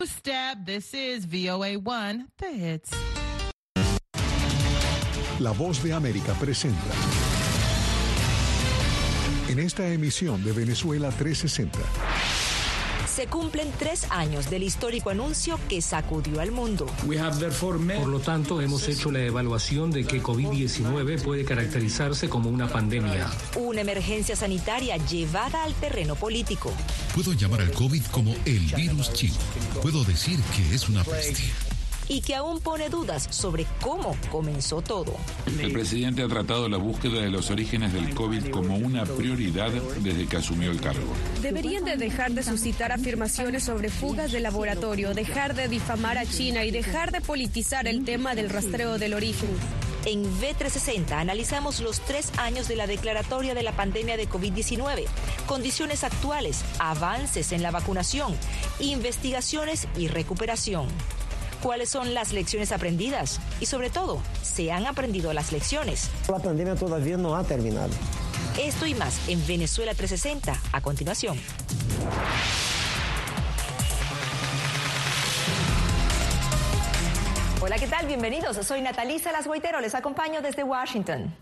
Stab, this is VOA1, The Hits. La Voz de América presenta. En esta emisión de Venezuela 360. Se cumplen 3 años del histórico anuncio que sacudió al mundo. Por lo tanto, hemos hecho la evaluación de que COVID-19 puede caracterizarse como una pandemia. Una emergencia sanitaria llevada al terreno político. Puedo llamar al COVID como el virus chino. Puedo decir que es una peste. Y que aún pone dudas sobre cómo comenzó todo. El presidente ha tratado la búsqueda de los orígenes del COVID como una prioridad desde que asumió el cargo. Deberían de dejar de suscitar afirmaciones sobre fugas de laboratorio, dejar de difamar a China y dejar de politizar el tema del rastreo del origen. En V360 analizamos los 3 años de la declaratoria de la pandemia de COVID-19, condiciones actuales, avances en la vacunación, investigaciones y recuperación. ¿Cuáles son las lecciones aprendidas? Y sobre todo, ¿se han aprendido las lecciones? La pandemia todavía no ha terminado. Esto y más en Venezuela 360, a continuación. Hola, ¿qué tal? Bienvenidos. Soy Natalí Salas Boitero, les acompaño desde Washington.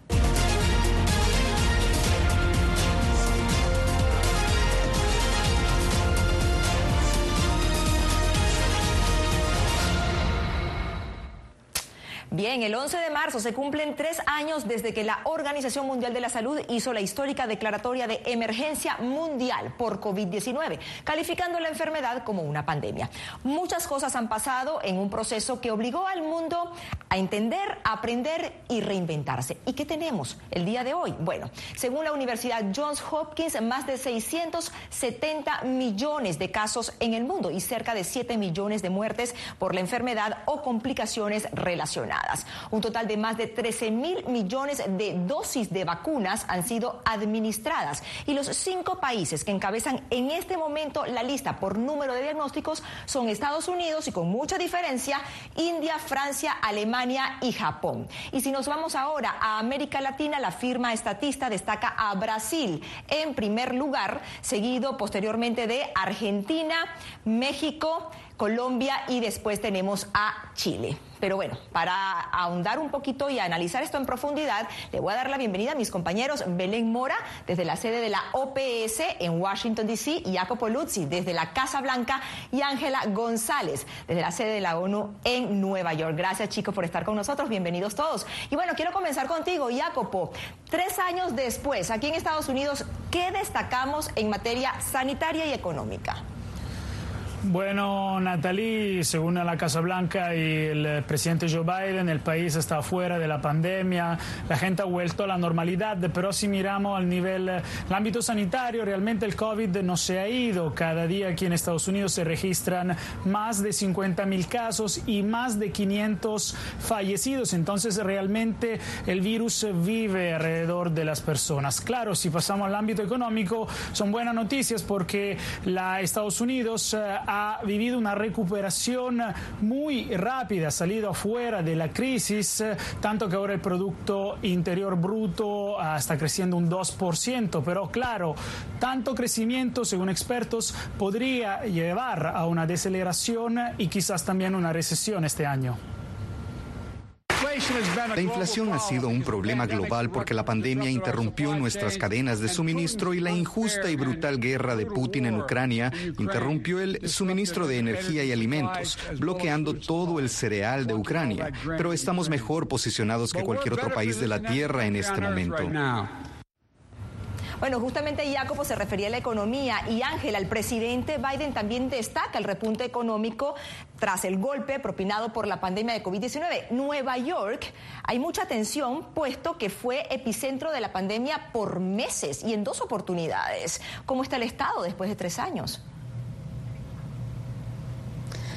Bien, el 11 de marzo se cumplen 3 años desde que la Organización Mundial de la Salud hizo la histórica declaratoria de emergencia mundial por COVID-19, calificando la enfermedad como una pandemia. Muchas cosas han pasado en un proceso que obligó al mundo a entender, aprender y reinventarse. ¿Y qué tenemos el día de hoy? Bueno, según la Universidad Johns Hopkins, más de 670 millones de casos en el mundo y cerca de 7 millones de muertes por la enfermedad o complicaciones relacionadas. Un total de más de 13.000 millones de dosis de vacunas han sido administradas y los 5 países que encabezan en este momento la lista por número de diagnósticos son Estados Unidos y con mucha diferencia India, Francia, Alemania y Japón. Y si nos vamos ahora a América Latina, la firma estatista destaca a Brasil en primer lugar, seguido posteriormente de Argentina, México, Colombia y después tenemos a Chile. Pero bueno, para ahondar un poquito y analizar esto en profundidad, le voy a dar la bienvenida a mis compañeros Belén Mora, desde la sede de la OPS en Washington, D.C., y Jacopo Luzzi, desde la Casa Blanca, y Ángela González, desde la sede de la ONU en Nueva York. Gracias, chicos, por estar con nosotros. Bienvenidos todos. Y bueno, quiero comenzar contigo, Jacopo. 3 años después, aquí en Estados Unidos, ¿qué destacamos en materia sanitaria y económica? Bueno, Natalí, según la Casa Blanca y el presidente Joe Biden, el país está fuera de la pandemia, la gente ha vuelto a la normalidad, pero si miramos al nivel, el ámbito sanitario, realmente el COVID no se ha ido. Cada día aquí en Estados Unidos se registran más de 50.000 casos y más de 500 fallecidos. Entonces, realmente el virus vive alrededor de las personas. Claro, si pasamos al ámbito económico, son buenas noticias porque Estados Unidos ha vivido una recuperación muy rápida, ha salido afuera de la crisis, tanto que ahora el Producto Interior Bruto está creciendo un 2%, pero claro, tanto crecimiento, según expertos, podría llevar a una deceleración y quizás también una recesión este año. La inflación ha sido un problema global porque la pandemia interrumpió nuestras cadenas de suministro y la injusta y brutal guerra de Putin en Ucrania interrumpió el suministro de energía y alimentos, bloqueando todo el cereal de Ucrania. Pero estamos mejor posicionados que cualquier otro país de la Tierra en este momento. Bueno, justamente Jacopo se refería a la economía y Ángela, el presidente Biden también destaca el repunte económico tras el golpe propinado por la pandemia de COVID-19. Nueva York, hay mucha atención puesto que fue epicentro de la pandemia por meses y en 2 oportunidades. ¿Cómo está el estado después de 3 años?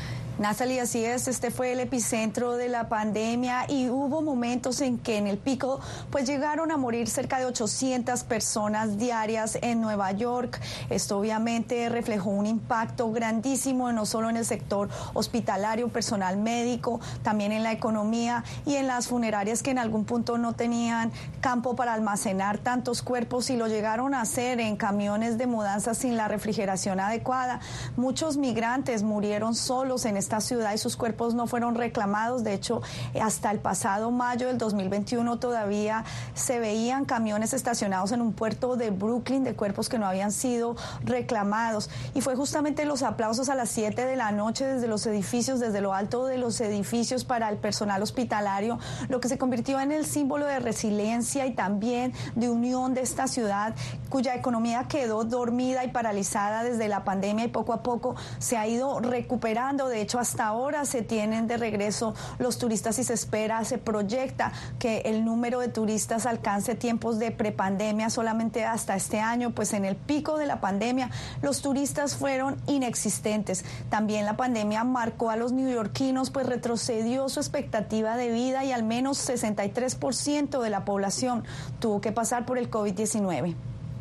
Natalie, así es, este fue el epicentro de la pandemia y hubo momentos en que en el pico pues llegaron a morir cerca de 800 personas diarias en Nueva York. Esto obviamente reflejó un impacto grandísimo no solo en el sector hospitalario, personal médico, también en la economía y en las funerarias que en algún punto no tenían campo para almacenar tantos cuerpos y lo llegaron a hacer en camiones de mudanza sin la refrigeración adecuada. Muchos migrantes murieron solos en esta ciudad y sus cuerpos no fueron reclamados. De hecho, hasta el pasado mayo del 2021 todavía se veían camiones estacionados en un puerto de Brooklyn de cuerpos que no habían sido reclamados. Y fue justamente los aplausos a las 7 de la noche desde los edificios, desde lo alto de los edificios para el personal hospitalario, lo que se convirtió en el símbolo de resiliencia y también de unión de esta ciudad, cuya economía quedó dormida y paralizada desde la pandemia y poco a poco se ha ido recuperando. De hecho, hasta ahora se tienen de regreso los turistas y se proyecta que el número de turistas alcance tiempos de prepandemia solamente hasta este año, pues en el pico de la pandemia los turistas fueron inexistentes. También la pandemia marcó a los neoyorquinos, pues retrocedió su expectativa de vida y al menos 63% de la población tuvo que pasar por el COVID-19.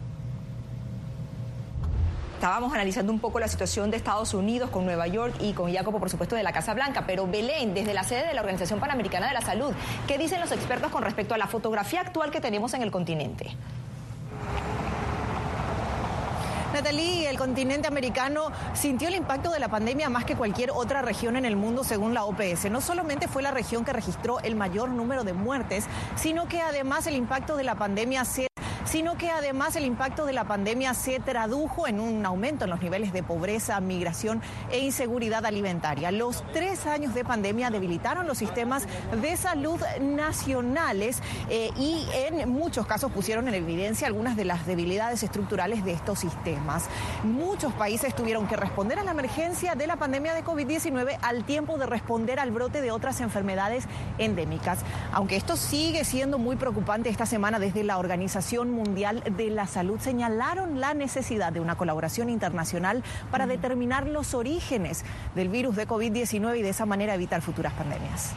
Estábamos analizando un poco la situación de Estados Unidos con Nueva York y con Jacopo, por supuesto, de la Casa Blanca. Pero Belén, desde la sede de la Organización Panamericana de la Salud, ¿qué dicen los expertos con respecto a la fotografía actual que tenemos en el continente? Natalie, el continente americano sintió el impacto de la pandemia más que cualquier otra región en el mundo, según la OPS. No solamente fue la región que registró el mayor número de muertes, sino que además el impacto de la pandemia se tradujo en un aumento en los niveles de pobreza, migración e inseguridad alimentaria. Los 3 años de pandemia debilitaron los sistemas de salud nacionales y en muchos casos pusieron en evidencia algunas de las debilidades estructurales de estos sistemas. Muchos países tuvieron que responder a la emergencia de la pandemia de COVID-19 al tiempo de responder al brote de otras enfermedades endémicas. Aunque esto sigue siendo muy preocupante, esta semana desde la Organización Mundial de la Salud señalaron la necesidad de una colaboración internacional para determinar los orígenes del virus de COVID-19 y de esa manera evitar futuras pandemias.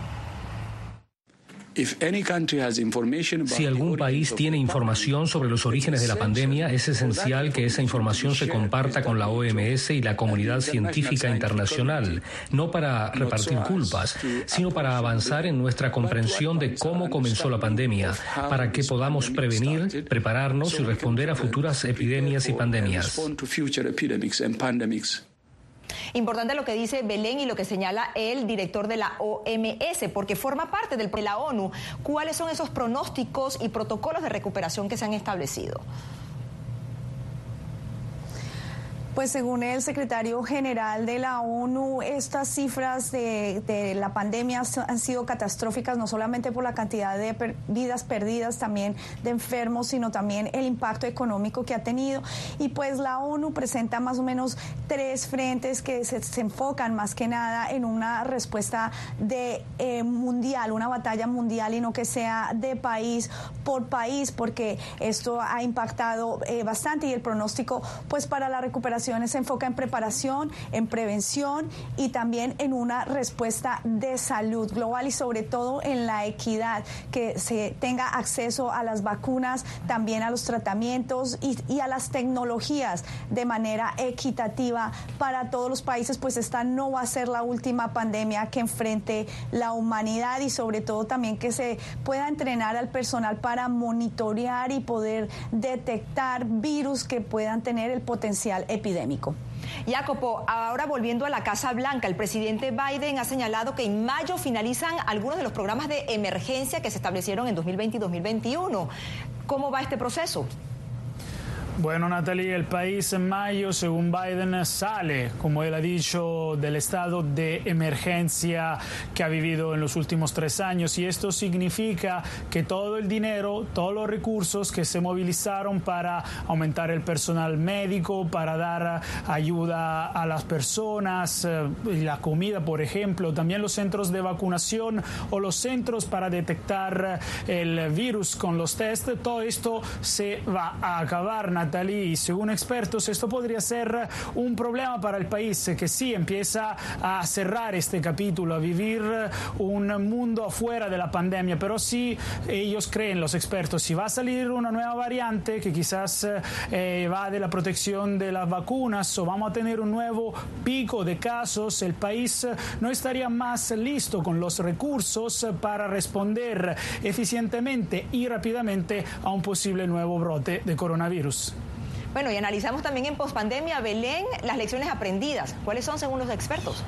Si algún país tiene información sobre los orígenes de la pandemia, es esencial que esa información se comparta con la OMS y la comunidad científica internacional, no para repartir culpas, sino para avanzar en nuestra comprensión de cómo comenzó la pandemia, para que podamos prevenir, prepararnos y responder a futuras epidemias y pandemias. Importante lo que dice Belén y lo que señala el director de la OMS, porque forma parte de la ONU. ¿Cuáles son esos pronósticos y protocolos de recuperación que se han establecido? Pues según el secretario general de la ONU, estas cifras de la pandemia han sido catastróficas, no solamente por la cantidad de vidas perdidas, también de enfermos, sino también el impacto económico que ha tenido. Y pues la ONU presenta más o menos 3 frentes que se enfocan más que nada en una respuesta mundial, una batalla mundial y no que sea de país por país, porque esto ha impactado bastante y el pronóstico pues para la recuperación se enfoca en preparación, en prevención y también en una respuesta de salud global y sobre todo en la equidad, que se tenga acceso a las vacunas, también a los tratamientos y a las tecnologías de manera equitativa para todos los países, pues esta no va a ser la última pandemia que enfrente la humanidad y sobre todo también que se pueda entrenar al personal para monitorear y poder detectar virus que puedan tener el potencial epidémico. Jacopo, ahora volviendo a la Casa Blanca, el presidente Biden ha señalado que en mayo finalizan algunos de los programas de emergencia que se establecieron en 2020 y 2021. ¿Cómo va este proceso? Bueno, Natalie, el país en mayo, según Biden, sale, como él ha dicho, del estado de emergencia que ha vivido en los últimos 3 años. Y esto significa que todo el dinero, todos los recursos que se movilizaron para aumentar el personal médico, para dar ayuda a las personas, la comida, por ejemplo, también los centros de vacunación o los centros para detectar el virus con los test, todo esto se va a acabar, Natalie. Natalie, y según expertos esto podría ser un problema para el país, que sí empieza a cerrar este capítulo, a vivir un mundo afuera de la pandemia, pero sí ellos creen, los expertos, si va a salir una nueva variante que quizás va de la protección de las vacunas o vamos a tener un nuevo pico de casos, el país no estaría más listo con los recursos para responder eficientemente y rápidamente a un posible nuevo brote de coronavirus. Bueno, y analizamos también en pospandemia, Belén, las lecciones aprendidas. ¿Cuáles son según los expertos?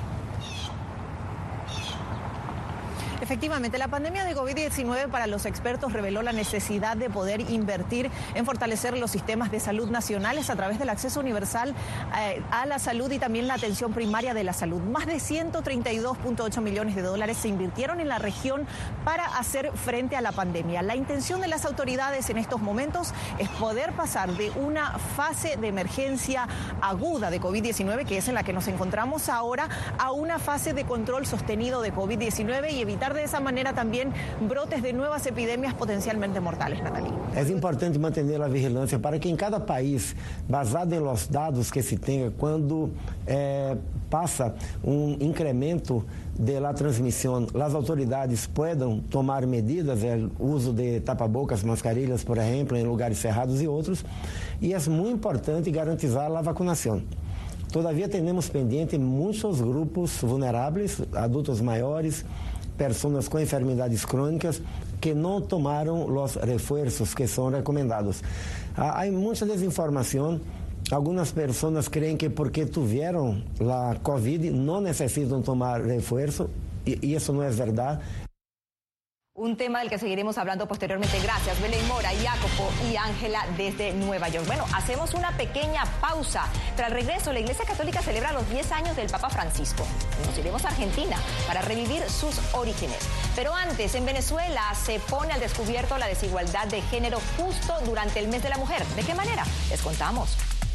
Efectivamente, la pandemia de COVID-19 para los expertos reveló la necesidad de poder invertir en fortalecer los sistemas de salud nacionales a través del acceso universal a la salud y también la atención primaria de la salud. Más de 132.8 millones de dólares se invirtieron en la región para hacer frente a la pandemia. La intención de las autoridades en estos momentos es poder pasar de una fase de emergencia aguda de COVID-19, que es en la que nos encontramos ahora, a una fase de control sostenido de COVID-19 y evitar de esa manera también brotes de nuevas epidemias potencialmente mortales, Natalie. Es importante mantener la vigilancia para que en cada país, basado en los datos que se tenga, cuando pasa un incremento de la transmisión, las autoridades puedan tomar medidas, el uso de tapabocas, mascarillas, por ejemplo, en lugares cerrados y otros, y es muy importante garantizar la vacunación. Todavía tenemos pendiente muchos grupos vulnerables, adultos mayores, personas con enfermedades crónicas que no tomaron los refuerzos que son recomendados. Hay mucha desinformación. Algunas personas creen que porque tuvieron la COVID no necesitan tomar refuerzo y eso no es verdad. Un tema del que seguiremos hablando posteriormente. Gracias, Belén Mora, Jacopo y Ángela desde Nueva York. Bueno, hacemos una pequeña pausa. Tras regreso, la Iglesia Católica celebra los 10 años del Papa Francisco. Nos iremos a Argentina para revivir sus orígenes. Pero antes, en Venezuela se pone al descubierto la desigualdad de género justo durante el mes de la mujer. ¿De qué manera? Les contamos.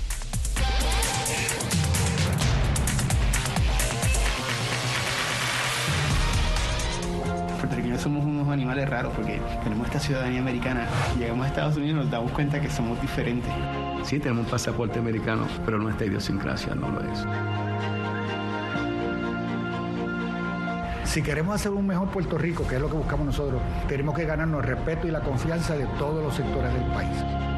Puertorriqueños somos unos animales raros porque tenemos esta ciudadanía americana. Llegamos a Estados Unidos y nos damos cuenta que somos diferentes. Sí, tenemos un pasaporte americano, pero nuestra idiosincrasia no lo es. Si queremos hacer un mejor Puerto Rico, que es lo que buscamos nosotros, tenemos que ganarnos el respeto y la confianza de todos los sectores del país.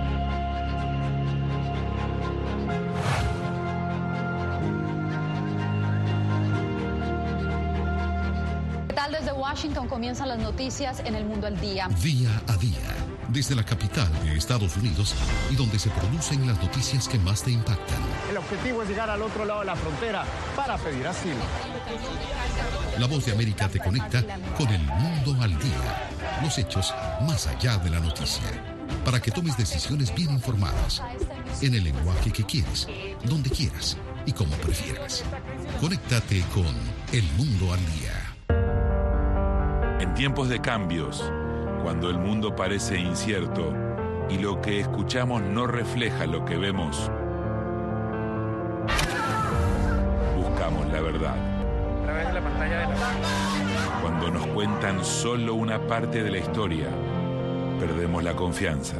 Desde Washington comienzan las noticias en El Mundo al Día. Día a día, desde la capital de Estados Unidos y donde se producen las noticias que más te impactan. El objetivo es llegar al otro lado de la frontera para pedir asilo. La Voz de América te conecta con El Mundo al Día. Los hechos más allá de la noticia. Para que tomes decisiones bien informadas. En el lenguaje que quieres, donde quieras y como prefieras. Conéctate con El Mundo al Día. En tiempos de cambios, cuando el mundo parece incierto y lo que escuchamos no refleja lo que vemos, buscamos la verdad. A través de la pantalla de la... Cuando nos cuentan solo una parte de la historia, perdemos la confianza.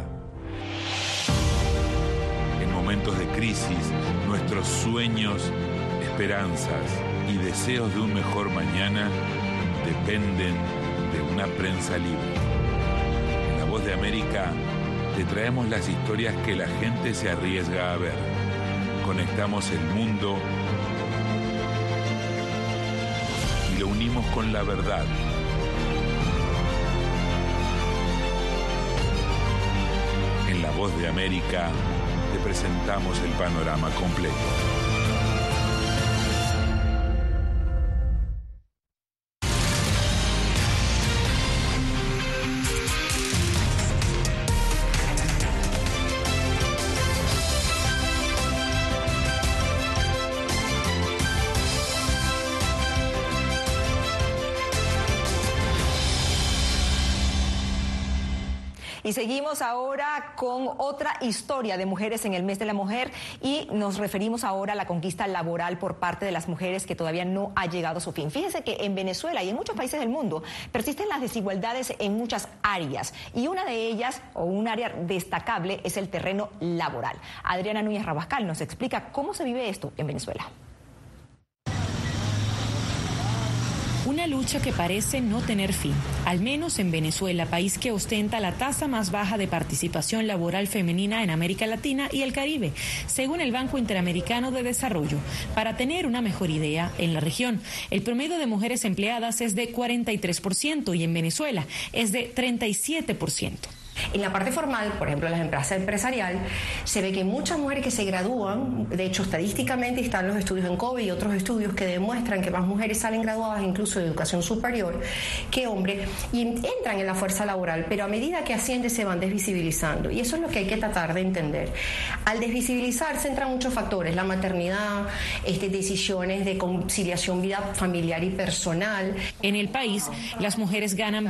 En momentos de crisis, nuestros sueños, esperanzas y deseos de un mejor mañana dependen de una prensa libre. En La Voz de América te traemos las historias que la gente se arriesga a ver. Conectamos el mundo y lo unimos con la verdad. En La Voz de América te presentamos el panorama completo. Y seguimos ahora con otra historia de mujeres en el mes de la mujer y nos referimos ahora a la conquista laboral por parte de las mujeres que todavía no ha llegado a su fin. Fíjense que en Venezuela y en muchos países del mundo persisten las desigualdades en muchas áreas y una de ellas, o un área destacable, es el terreno laboral. Adriana Núñez Rabascal nos explica cómo se vive esto en Venezuela. Una lucha que parece no tener fin, al menos en Venezuela, país que ostenta la tasa más baja de participación laboral femenina en América Latina y el Caribe, según el Banco Interamericano de Desarrollo. Para tener una mejor idea, en la región, el promedio de mujeres empleadas es de 43% y en Venezuela es de 37%. En la parte formal, por ejemplo, en las empresas empresariales, se ve que muchas mujeres que se gradúan, de hecho estadísticamente están los estudios en COBE y otros estudios que demuestran que más mujeres salen graduadas incluso de educación superior que hombres y entran en la fuerza laboral, pero a medida que ascienden se van desvisibilizando y eso es lo que hay que tratar de entender. Al desvisibilizarse entran muchos factores, la maternidad, decisiones de conciliación vida familiar y personal. En el país, las mujeres ganan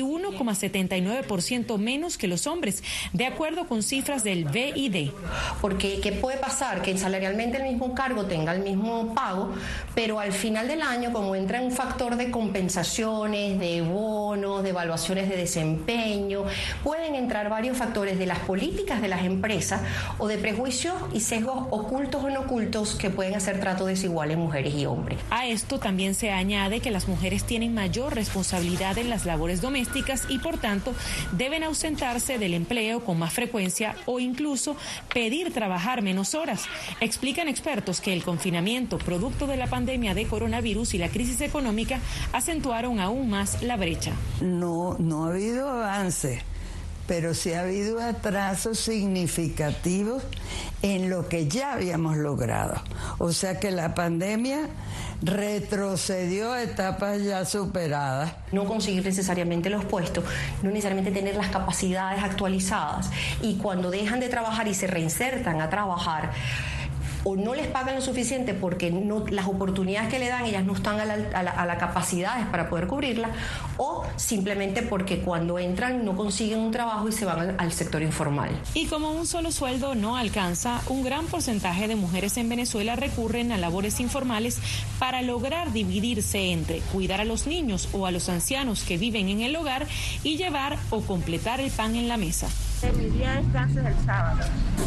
21,79% menos que los hombres, de acuerdo con cifras del BID. Porque ¿qué puede pasar? Que salarialmente el mismo cargo tenga el mismo pago, pero al final del año, como entra un factor de compensaciones, de bonos, de evaluaciones de desempeño, pueden entrar varios factores de las políticas de las empresas o de prejuicios y sesgos ocultos o no ocultos que pueden hacer trato desigual en mujeres y hombres. A esto también se añade que las mujeres tienen mayor responsabilidad en las labores domésticas y por tanto deben ausentarse del empleo con más frecuencia o incluso pedir trabajar menos horas. Explican expertos que el confinamiento producto de la pandemia de coronavirus y la crisis económica acentuaron aún más la brecha. No ha habido avance, pero sí ha habido atrasos significativos en lo que ya habíamos logrado. O sea que la pandemia retrocedió a etapas ya superadas. No conseguir necesariamente los puestos, no necesariamente tener las capacidades actualizadas y cuando dejan de trabajar y se reinsertan a trabajar, o no les pagan lo suficiente porque las oportunidades que le dan ellas no están a la capacidades para poder cubrirlas, o simplemente porque cuando entran no consiguen un trabajo y se van al sector informal. Y como un solo sueldo no alcanza, un gran porcentaje de mujeres en Venezuela recurren a labores informales para lograr dividirse entre cuidar a los niños o a los ancianos que viven en el hogar y llevar o completar el pan en la mesa. Mi día de descanso es el sábado,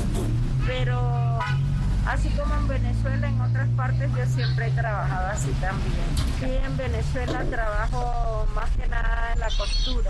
pero así como en Venezuela, en otras partes yo siempre he trabajado así también. Y en Venezuela trabajo más que nada en la costura.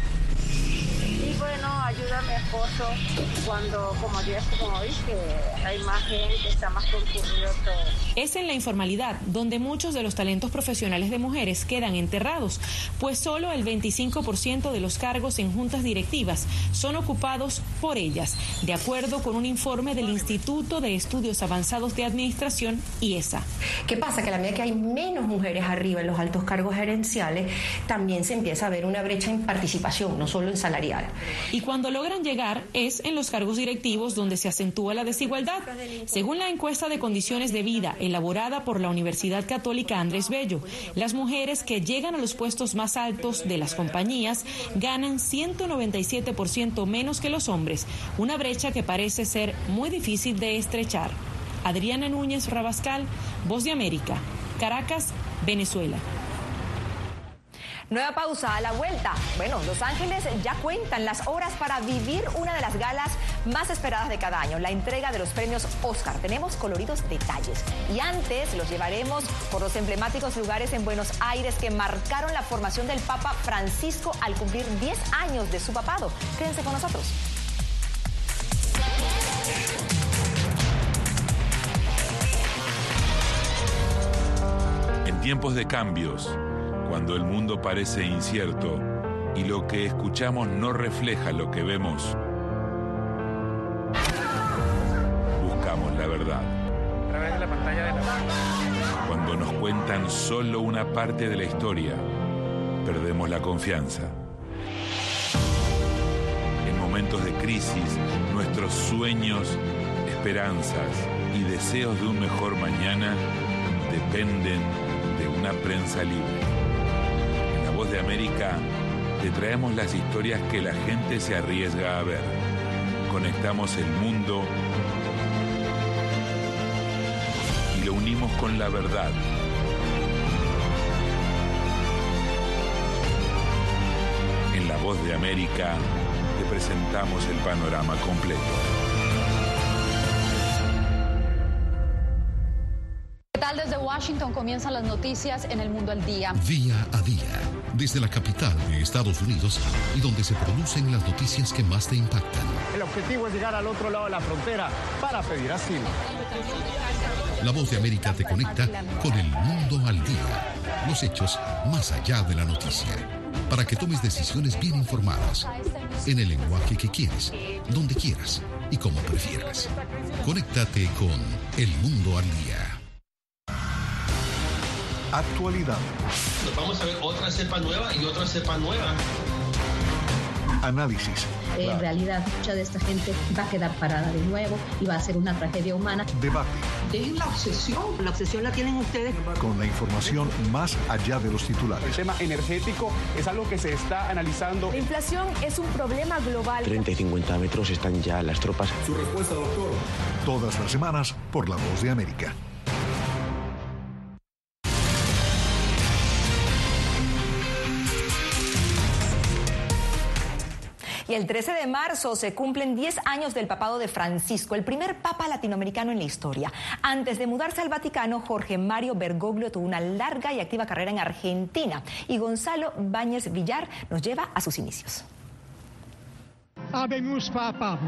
Y bueno, ayuda a mi esposo cuando, como días como hoy, que hay más gente, está más concurrido todo. Es en la informalidad donde muchos de los talentos profesionales de mujeres quedan enterrados, pues solo el 25% de los cargos en juntas directivas son ocupados por ellas, de acuerdo con un informe del Instituto de Estudios Avanzados de Administración, IESA. ¿Qué pasa? Que a la medida que hay menos mujeres arriba en los altos cargos gerenciales, también se empieza a ver una brecha en participación, no solo en salarial. Y cuando logran llegar es en los cargos directivos donde se acentúa la desigualdad. Según la encuesta de condiciones de vida elaborada por la Universidad Católica Andrés Bello, las mujeres que llegan a los puestos más altos de las compañías ganan 197% menos que los hombres, una brecha que parece ser muy difícil de estrechar. Adriana Núñez Rabascal, Voz de América, Caracas, Venezuela. Nueva pausa, a la vuelta. Bueno, Los Ángeles ya cuentan las horas para vivir una de las galas más esperadas de cada año, la entrega de los premios Oscar. Tenemos coloridos detalles y antes los llevaremos por los emblemáticos lugares en Buenos Aires que marcaron la formación del Papa Francisco al cumplir 10 años de su papado. Quédense con nosotros. En tiempos de cambios, cuando el mundo parece incierto y lo que escuchamos no refleja lo que vemos, buscamos la verdad. A través de la pantalla de la... Cuando nos cuentan solo una parte de la historia, perdemos la confianza. En momentos de crisis, nuestros sueños, esperanzas y deseos de un mejor mañana dependen de una prensa libre. En La Voz de América Te traemos las historias que la gente se arriesga a ver. Conectamos el mundo y lo unimos con la verdad. En La Voz de América te presentamos el panorama completo. ¿Qué tal? Desde Washington comienzan las noticias en El Mundo al Día. Día a día, desde la capital de Estados Unidos y donde se producen las noticias que más te impactan. El objetivo es llegar al otro lado de la frontera para pedir asilo. La Voz de América te conecta con el mundo al día. Los hechos más allá de la noticia. Para que tomes decisiones bien informadas. En el lenguaje que quieres, donde quieras y como prefieras. Conéctate con El Mundo al Día. Actualidad. Nos vamos a ver otra cepa nueva y otra cepa nueva. Análisis. En realidad, mucha de esta gente va a quedar parada de nuevo y va a ser una tragedia humana. Debate. De la obsesión. La obsesión la tienen ustedes. Con la información más allá de los titulares. El tema energético es algo que se está analizando. La inflación es un problema global. 30 y 50 metros están ya las tropas. Su respuesta, doctor. Todas las semanas por La Voz de América. Y el 13 de marzo se cumplen 10 años del papado de Francisco, el primer papa latinoamericano en la historia. Antes de mudarse al Vaticano, Jorge Mario Bergoglio tuvo una larga y activa carrera en Argentina. Y Gonzalo Báñez Villar nos lleva a sus inicios. Habemus papam.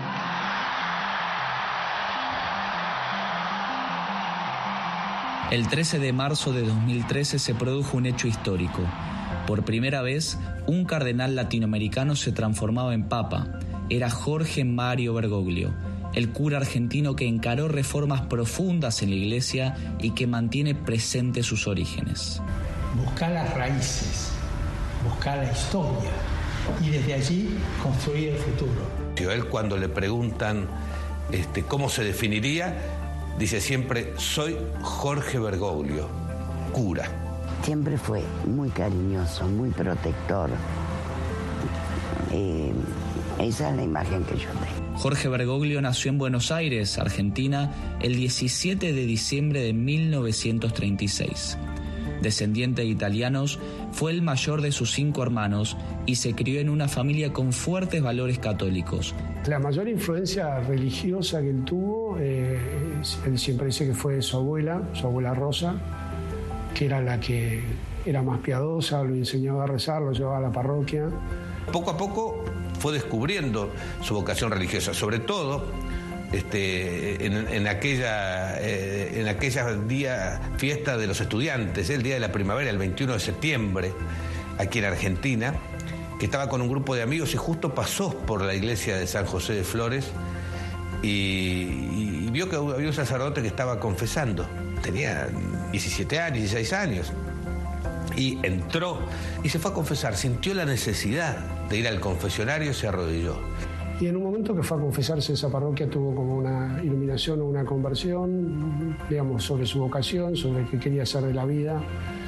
El 13 de marzo de 2013 se produjo un hecho histórico. Por primera vez, un cardenal latinoamericano se transformaba en papa. Era Jorge Mario Bergoglio, el cura argentino que encaró reformas profundas en la iglesia y que mantiene presentes sus orígenes. Buscar las raíces, buscar la historia y desde allí construir el futuro. Él, cuando le preguntan cómo se definiría, dice siempre: soy Jorge Bergoglio, cura. Siempre fue muy cariñoso, muy protector. Esa es la imagen que yo tengo. Jorge Bergoglio nació en Buenos Aires, Argentina, el 17 de diciembre de 1936. Descendiente de italianos, fue el mayor de sus 5 hermanos y se crió en una familia con fuertes valores católicos. La mayor influencia religiosa que él tuvo, él siempre dice que fue su abuela Rosa, que era la que era más piadosa, lo enseñaba a rezar, lo llevaba a la parroquia. Poco a poco fue descubriendo su vocación religiosa, sobre todo en aquella fiesta de los estudiantes, el día de la primavera, el 21 de septiembre, aquí en Argentina, que estaba con un grupo de amigos y justo pasó por la iglesia de San José de Flores y vio que había un sacerdote que estaba confesando. Tenía 17 años, 16 años. Y entró y se fue a confesar. Sintió la necesidad de ir al confesionario y se arrodilló. Y en un momento que fue a confesarse, esa parroquia tuvo como una iluminación o una conversión, digamos, sobre su vocación, sobre qué quería hacer de la vida.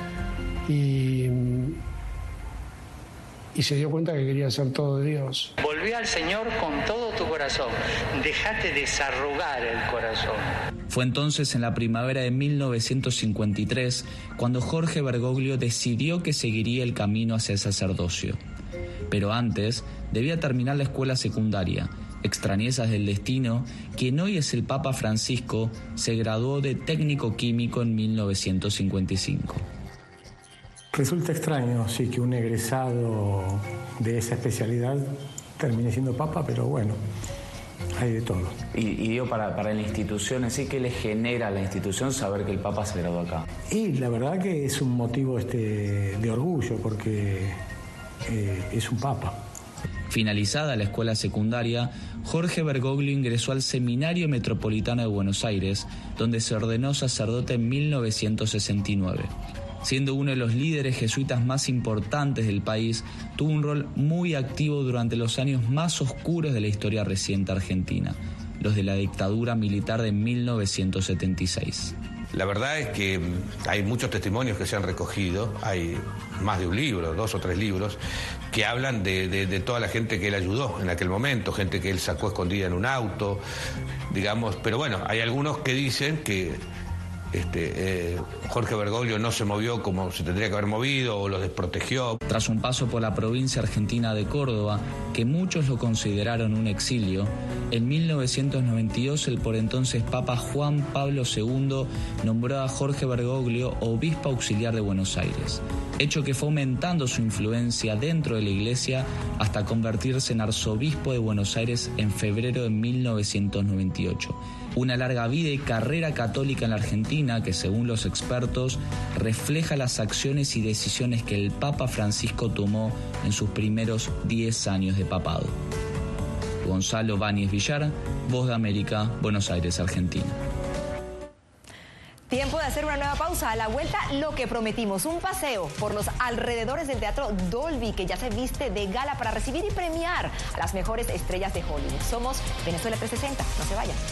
Y se dio cuenta que quería hacer todo de Dios. Volví al Señor con todo tu corazón. Dejate desarrugar el corazón. Fue entonces en la primavera de 1953 cuando Jorge Bergoglio decidió que seguiría el camino hacia el sacerdocio. Pero antes debía terminar la escuela secundaria. Extrañezas del destino, quien hoy es el Papa Francisco, se graduó de técnico químico en 1955. Resulta extraño, sí, que un egresado de esa especialidad termine siendo papa, pero bueno, hay de todo. Y digo, para la institución, ¿así que le genera a la institución saber que el papa se graduó acá? Y la verdad que es un motivo de orgullo, porque es un papa. Finalizada la escuela secundaria, Jorge Bergoglio ingresó al Seminario Metropolitano de Buenos Aires, donde se ordenó sacerdote en 1969. Siendo uno de los líderes jesuitas más importantes del país, tuvo un rol muy activo durante los años más oscuros de la historia reciente argentina, los de la dictadura militar de 1976. La verdad es que hay muchos testimonios que se han recogido, hay más de un libro, 2 o 3 libros, que hablan de toda la gente que él ayudó en aquel momento, gente que él sacó escondida en un auto, digamos. Pero bueno, hay algunos que dicen que Jorge Bergoglio no se movió como se tendría que haber movido o lo desprotegió. Tras un paso por la provincia argentina de Córdoba, que muchos lo consideraron un exilio, en 1992 el por entonces Papa Juan Pablo II nombró a Jorge Bergoglio obispo auxiliar de Buenos Aires, hecho que fue aumentando su influencia dentro de la iglesia hasta convertirse en arzobispo de Buenos Aires en febrero de 1998. Una larga vida y carrera católica en la Argentina que, según los expertos, refleja las acciones y decisiones que el Papa Francisco tomó en sus primeros 10 años de papado. Gonzalo Báñez Villar, Voz de América, Buenos Aires, Argentina. Tiempo de hacer una nueva pausa. A la vuelta, lo que prometimos, un paseo por los alrededores del Teatro Dolby, que ya se viste de gala para recibir y premiar a las mejores estrellas de Hollywood. Somos Venezuela 360, no se vayan.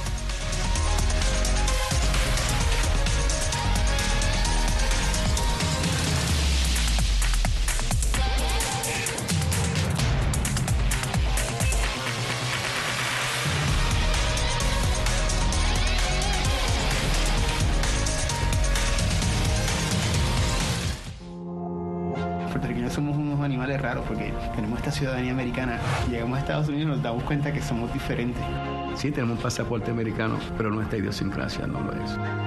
Somos unos animales raros porque tenemos esta ciudadanía americana. Llegamos a Estados Unidos y nos damos cuenta que somos diferentes. Sí, tenemos un pasaporte americano, pero nuestra idiosincrasia no lo es.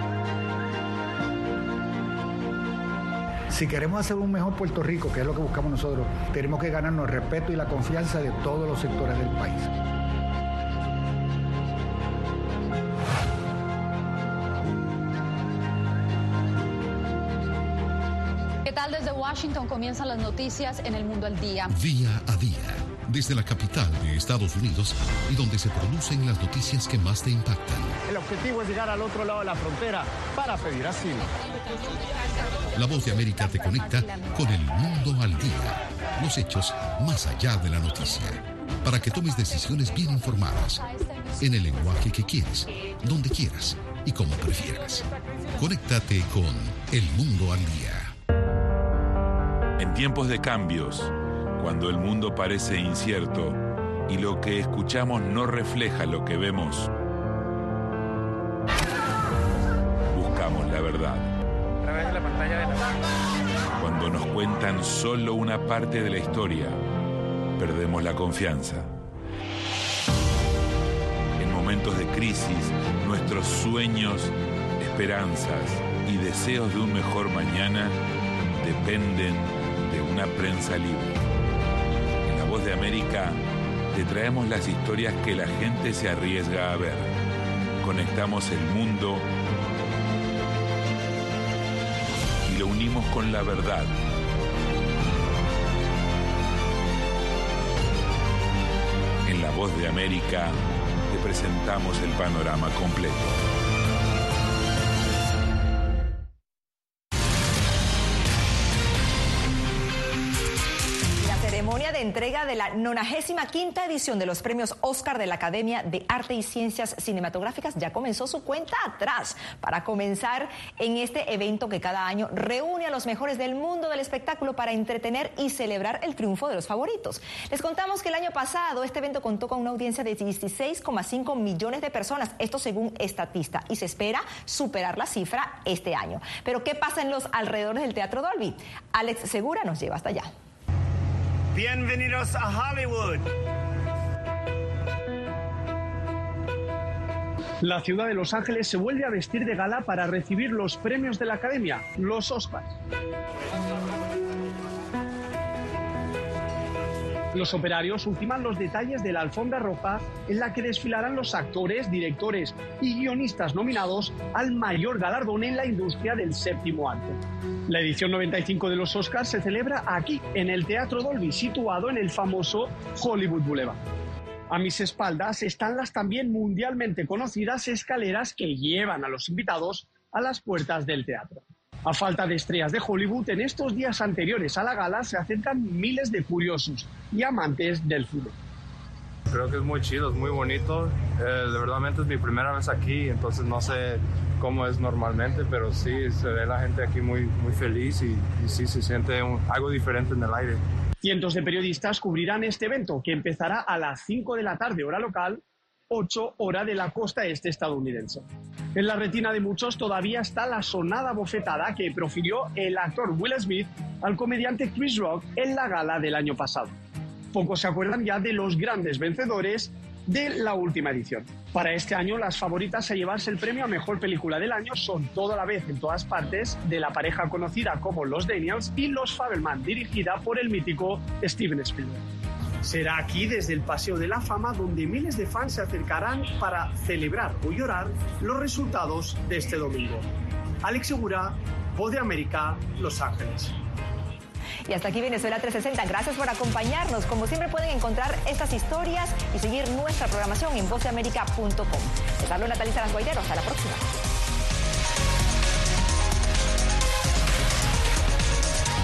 Si queremos hacer un mejor Puerto Rico, que es lo que buscamos nosotros, tenemos que ganarnos el respeto y la confianza de todos los sectores del país. Desde Washington comienzan las noticias en El Mundo al Día. Día a día, desde la capital de Estados Unidos y donde se producen las noticias que más te impactan. El objetivo es llegar al otro lado de la frontera para pedir asilo. La Voz de América te conecta con El Mundo al Día. Los hechos más allá de la noticia. Para que tomes decisiones bien informadas. En el lenguaje que quieres, donde quieras y como prefieras. Conéctate con El Mundo al Día. En tiempos de cambios, cuando el mundo parece incierto y lo que escuchamos no refleja lo que vemos, buscamos la verdad. A través de la pantalla de la... Cuando nos cuentan solo una parte de la historia, perdemos la confianza. En momentos de crisis, nuestros sueños, esperanzas y deseos de un mejor mañana dependen de una prensa libre. En La Voz de América te traemos las historias que la gente se arriesga a ver. Conectamos el mundo y lo unimos con la verdad. En La Voz de América te presentamos el panorama completo. De entrega de la 95ª edición de los premios Oscar de la Academia de Arte y Ciencias Cinematográficas ya comenzó su cuenta atrás para comenzar en este evento que cada año reúne a los mejores del mundo del espectáculo para entretener y celebrar el triunfo de los favoritos. Les contamos que el año pasado este evento contó con una audiencia de 16,5 millones de personas, esto según Statista, y se espera superar la cifra este año. Pero ¿qué pasa en los alrededores del Teatro Dolby? Alex Segura nos lleva hasta allá. Bienvenidos a Hollywood. La ciudad de Los Ángeles se vuelve a vestir de gala para recibir los premios de la Academia, los Oscars. Los operarios ultiman los detalles de la alfombra roja en la que desfilarán los actores, directores y guionistas nominados al mayor galardón en la industria del séptimo arte. La edición 95 de los Oscars se celebra aquí, en el Teatro Dolby, situado en el famoso Hollywood Boulevard. A mis espaldas están las también mundialmente conocidas escaleras que llevan a los invitados a las puertas del teatro. A falta de estrellas de Hollywood, en estos días anteriores a la gala se acercan miles de curiosos y amantes del fútbol. Creo que es muy chido, es muy bonito. De verdad es mi primera vez aquí, entonces no sé cómo es normalmente, pero sí, se ve la gente aquí muy, muy feliz y sí se siente algo diferente en el aire. Cientos de periodistas cubrirán este evento, que empezará a las 5 de la tarde, hora local, 8 hora de la costa este estadounidense. En la retina de muchos todavía está la sonada bofetada que profirió el actor Will Smith al comediante Chris Rock en la gala del año pasado. Pocos se acuerdan ya de los grandes vencedores de la última edición. Para este año, las favoritas a llevarse el premio a Mejor Película del Año son Todo a la vez en todas partes, de la pareja conocida como Los Daniels, y Los Fabelman, dirigida por el mítico Steven Spielberg. Será aquí, desde el Paseo de la Fama, donde miles de fans se acercarán para celebrar o llorar los resultados de este domingo. Alex Segura, Voz de América, Los Ángeles. Y hasta aquí Venezuela 360. Gracias por acompañarnos. Como siempre pueden encontrar estas historias y seguir nuestra programación en vozdeamerica.com. Les hablo Natalia Salas Guaidero. Hasta la próxima.